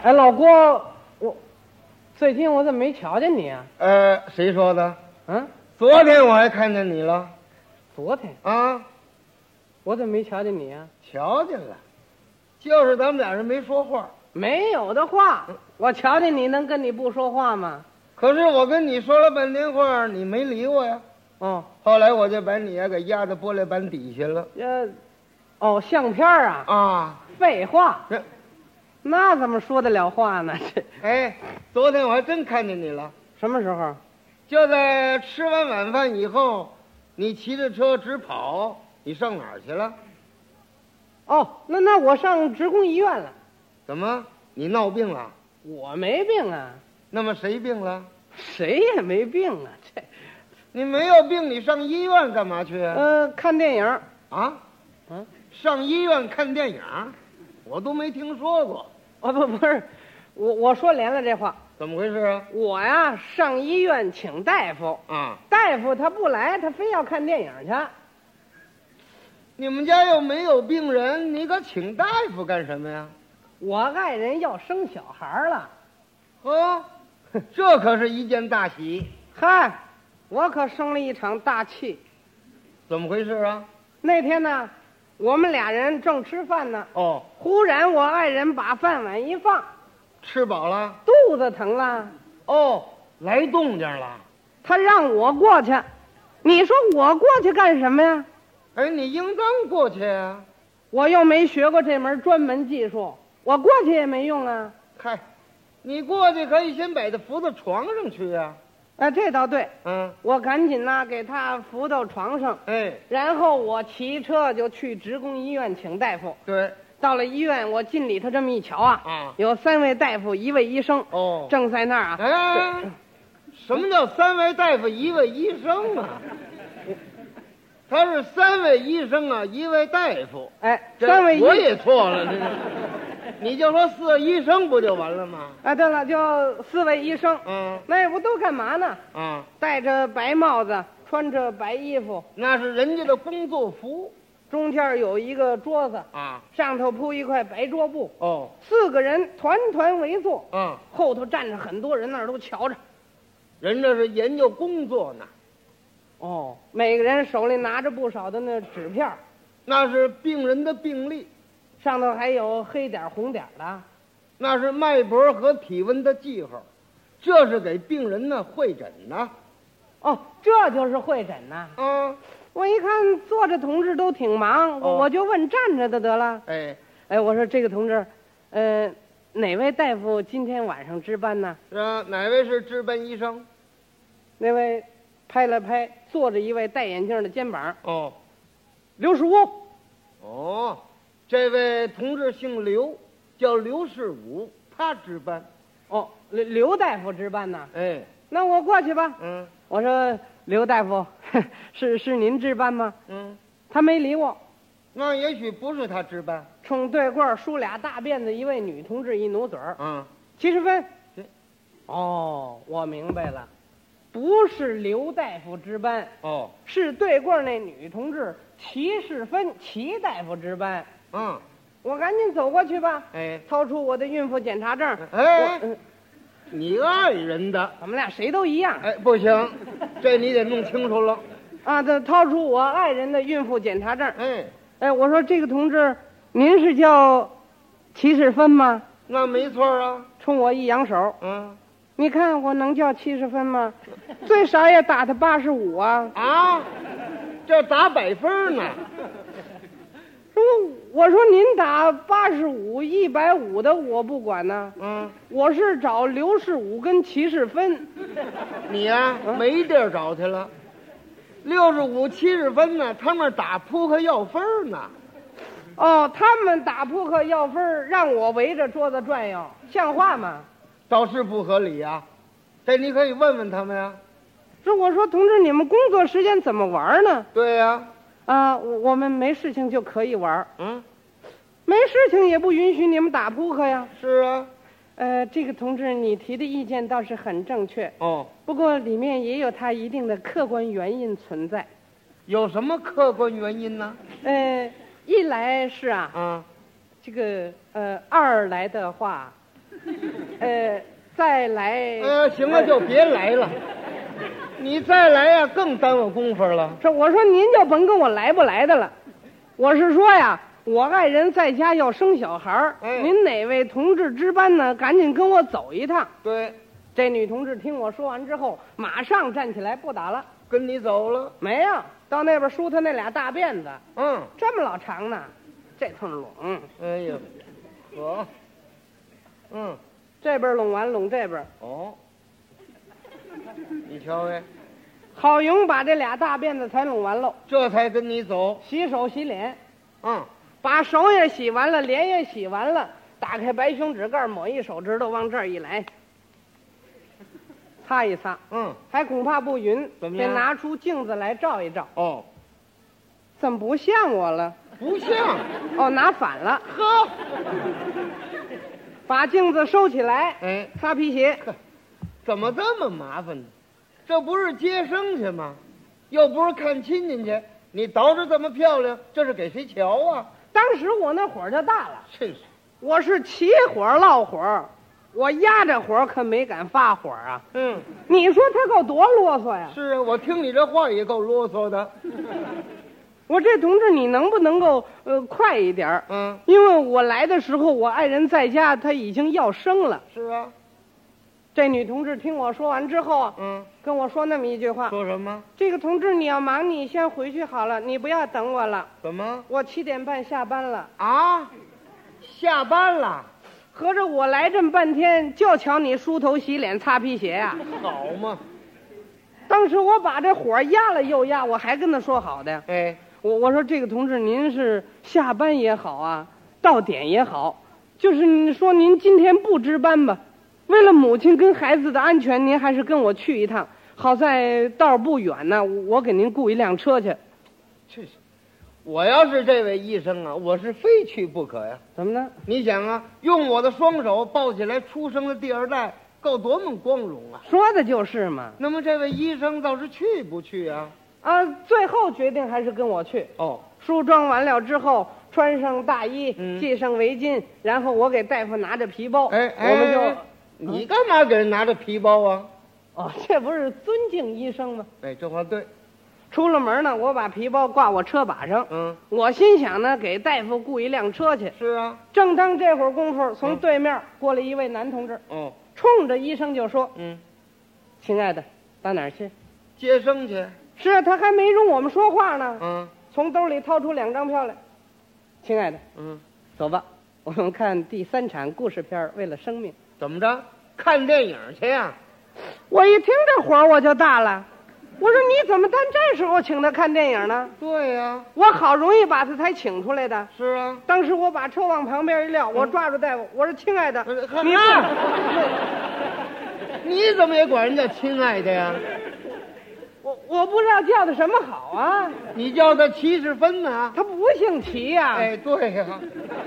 哎，老郭，我最近我怎么没瞧见你啊？ 谁说的？ 嗯， 昨天我还看见你了昨天啊， 我怎么没瞧见你啊？ 瞧见了，就是咱们俩人没说话。 没有的话，我瞧见你能跟你不说话吗？ 可是我跟你说了半天话，你没理我呀。 哦， 后来我就把你呀给压在玻璃板底下了。 相片啊？ 啊， 废话， 这， 那怎么说得了话呢？这昨天我还真看见你了， 什么时候？ 就在吃完晚饭以后，你骑着车直跑，你上哪儿去了？ 哦，那我上职工医院了。 怎么，你闹病了？ 我没病啊， 那么谁病了？ 谁也没病啊。这， 你没有病，你上医院干嘛去啊？ 看电影。 啊？上医院看电影，我都没听说过。 哦，不是，我说连了这话。 怎么回事啊？ 我呀上医院请大夫啊， 大夫他不来，他非要看电影去。 你们家又没有病人，你可请大夫干什么呀？ 我爱人要生小孩了。 哦，这可是一件大喜。 嗨，我可生了一场大气。 怎么回事啊？ 那天呢，我们俩人正吃饭呢。 哦， 忽然我爱人把饭碗一放， 吃饱了？ 肚子疼了。 哦，来动静了。 他让我过去。你说我过去干什么呀？ 哎，你应当过去啊。 我又没学过这门专门技术，我过去也没用啊。 嗨，你过去可以先把他扶到床上去啊。 这倒对。 嗯， 我赶紧呢给他扶到床上。然后我骑车就去职工医院请大夫。 对， 到了医院，我进里头这么一瞧啊，有3位大夫1位医生。 哦， 正在那儿啊。 什么叫3位大夫1位医生啊？他是3位医生啊，1位大夫。 3位医生我也错了，这是。你就说4位医生不就完了吗？ 对了，就4位医生。那不都干嘛呢？戴着白帽子，穿着白衣服， 那是人家的工作服。 中间有一个桌子上头铺一块白桌布。4个人团团围坐。后头站着很多人，那儿都瞧着。 人这是研究工作呢。 每个人手里拿着不少的那纸片， 那是病人的病历， 上头还有黑点红点的， 那是脉搏和体温的记号，这是给病人呢会诊呢。 这就是会诊呐。我一看坐着同志都挺忙，我就问站着的得了。我说这个同志，哪位大夫今天晚上值班呢？ 哪位是值班医生？ 那位拍了拍坐着一位戴眼镜的肩膀。刘世武。 这位同志姓刘，叫刘世武，他值班。 刘大夫值班呢？那我过去吧。我说刘大夫，是您值班吗？他没理我。 那也许不是他值班。 冲对过梳俩大辫子一位女同志一努嘴儿。70分。我明白了，不是刘大夫值班。是对过那女同志齐世芬齐大夫值班。我赶紧走过去吧。掏出我的孕妇检查证。 你爱人的， 我们俩谁都一样。 不行，这你得弄清楚了。 这掏出我爱人的孕妇检查证。我说这个同志，您是叫齐世芬吗？ 那没错啊。 冲我一扬手。你看我能叫70分吗？最少也打他85啊！ 这打100分呢。 我说您打85、150的我不管呢。我是找刘世武跟齐世芬。 你呀，没地儿找去了。65、70分呢，他们打扑克要分呢。 他们打扑克要分，让我围着桌子转悠，像话吗？ 倒是不合理呀。这你可以问问他们呀。 我说同志，你们工作时间怎么玩呢？ 对呀。 我们没事情就可以玩。没事情也不允许你们打扑克呀。 是啊。 这个同志，你提的意见倒是很正确。不过里面也有它一定的客观原因存在。 有什么客观原因呢？ 一来是这个二来的话， 再来。 行了，就别来了。你再来呀，更耽误功夫了。 这我说您就甭跟我来不来的了，我是说呀，我爱人在家要生小孩您哪位同志值班呢？赶紧跟我走一趟。 对， 这女同志听我说完之后，马上站起来不打了， 跟你走了。 没有，到那边梳她那俩大辫子，这么老长呢，这通拢。 哎呦，好， 这边拢完拢这边。 你瞧哎， 好容易把这俩大辫子才拢完喽， 这才跟你走。 洗手洗脸，把手也洗完了，脸也洗完了，打开白熊指盖，抹一手指头往这儿一来，擦一擦，还恐怕不匀， 怎么样？ 得拿出镜子来照一照。怎么不像我了？ 不像。 拿反了。 呵， 把镜子收起来，擦皮鞋。 怎么这么麻烦呢？这不是接生去吗？又不是看亲戚去，你捯饬这么漂亮，这是给谁瞧啊？ 当时我那火就大了， 真是， 我是起火落火，我压着火可没敢发火啊。你说他够多啰嗦呀？ 是啊，我听你这话也够啰嗦的。 我这同志，你能不能够快一点？因为我来的时候，我爱人在家，他已经要生了。 是啊。 这女同志听我说完之后跟我说那么一句话。 说什么？ 这个同志，你要忙，你先回去好了，你不要等我了。 怎么？ 我7点半下班了。 下班了？ 合着我来这么半天，就瞧你梳头洗脸擦皮鞋呀？ 好嘛！ 当时我把这火压了又压，我还跟他说好的。我说这个同志，您是下班也好啊，到点也好，就是你说您今天不值班吧？为了母亲跟孩子的安全，您还是跟我去一趟。好在道不远呢，我给您雇一辆车去。 我要是这位医生啊，我是非去不可呀。 怎么呢？ 你想啊，用我的双手抱起来出生的第二代，够多么光荣啊！ 说的就是嘛。 那么这位医生倒是去不去啊？ 最后决定还是跟我去。梳妆完了之后，穿上大衣，系上围巾，然后我给大夫拿着皮包，我们就。 你干嘛给人拿着皮包啊？ 这不是尊敬医生吗？ 这话对。 出了门呢，我把皮包挂我车把上。我心想呢，给大夫雇一辆车去。 是啊。 正当这会儿功夫，从对面过来一位男同志。冲着医生就说：“亲爱的，到哪儿去？ 接生去。” 是啊，他还没容我们说话呢。从兜里掏出2张票来。亲爱的，走吧，我们看第3场故事片《为了生命》。 怎么着？看电影去呀？ 我一听这火我就大了，我说你怎么到这时候请他看电影呢？ 对呀， 我好容易把他才请出来的。 是啊， 当时我把车往旁边一撂，我抓住大夫，我说亲爱的， 你怎么也管人家亲爱的呀？ 我不知道叫他什么好啊？ 你叫他齐世芬呢？ 他不姓齐呀。 对呀。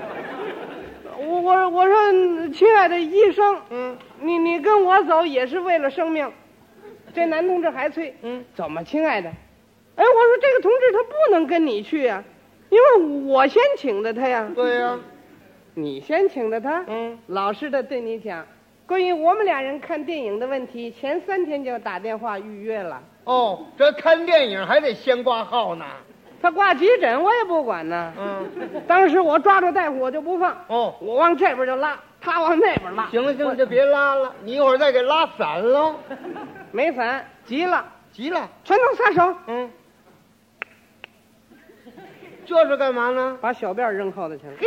我说亲爱的医生，你跟我走也是为了生命。这男同志还催，怎么亲爱的？我说这个同志他不能跟你去啊，因为我先请的他呀。 对呀。 你先请的他？老实的对你讲，关于我们俩人看电影的问题，前3天就打电话预约了。 这看电影还得先挂号呢。 他挂急诊我也不管呢。当时我抓住大夫我就不放。我往这边就拉，他往那边拉。 行了，就别拉了，你一会儿再给拉散了。 没散，急了， 全都撒手。 这是干嘛呢？ 把小辫扔后头去了。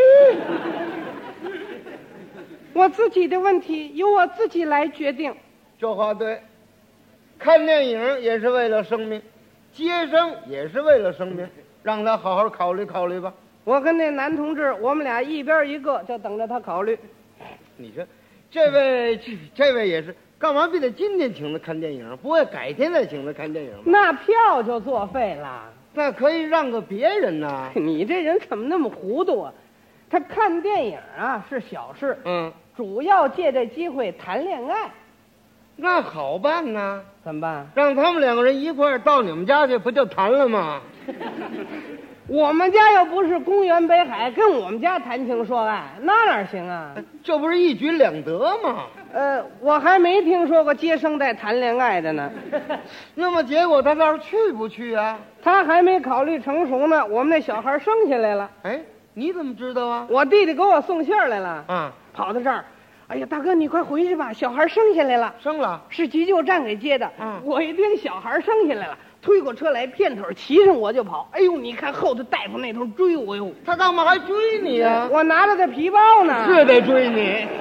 我自己的问题由我自己来决定。 这话对，看电影也是为了生命，接生也是为了生命，让他好好考虑考虑吧。 我跟那男同志，我们俩一边一个，就等着他考虑。 你说，这位也是，干嘛非得今天请他看电影？不会改天再请他看电影吗？ 那票就作废了。 那可以让个别人呢。 你这人怎么那么糊涂啊？他看电影啊是小事，主要借这机会谈恋爱。 那好办呢。 怎么办？ 让他们2个人一块儿到你们家去，不就谈了吗？ 我们家又不是公园北海，跟我们家谈情说爱，那哪行啊？ 这不是一举两得吗？ 我还没听说过接生带谈恋爱的呢。 那么结果他倒是去不去啊？ 他还没考虑成熟呢，我们那小孩生下来了。 哎，你怎么知道啊？ 我弟弟给我送信儿来了。 啊， 跑到这儿，哎呀，大哥你快回去吧，小孩生下来了。 生了？ 是急救站给接的。我一听小孩生下来了，推过车来，片腿骑上我就跑。哎呦，你看后头大夫那头追我哟。 他干嘛还追你呀？ 我拿着个皮包呢。 是得追你。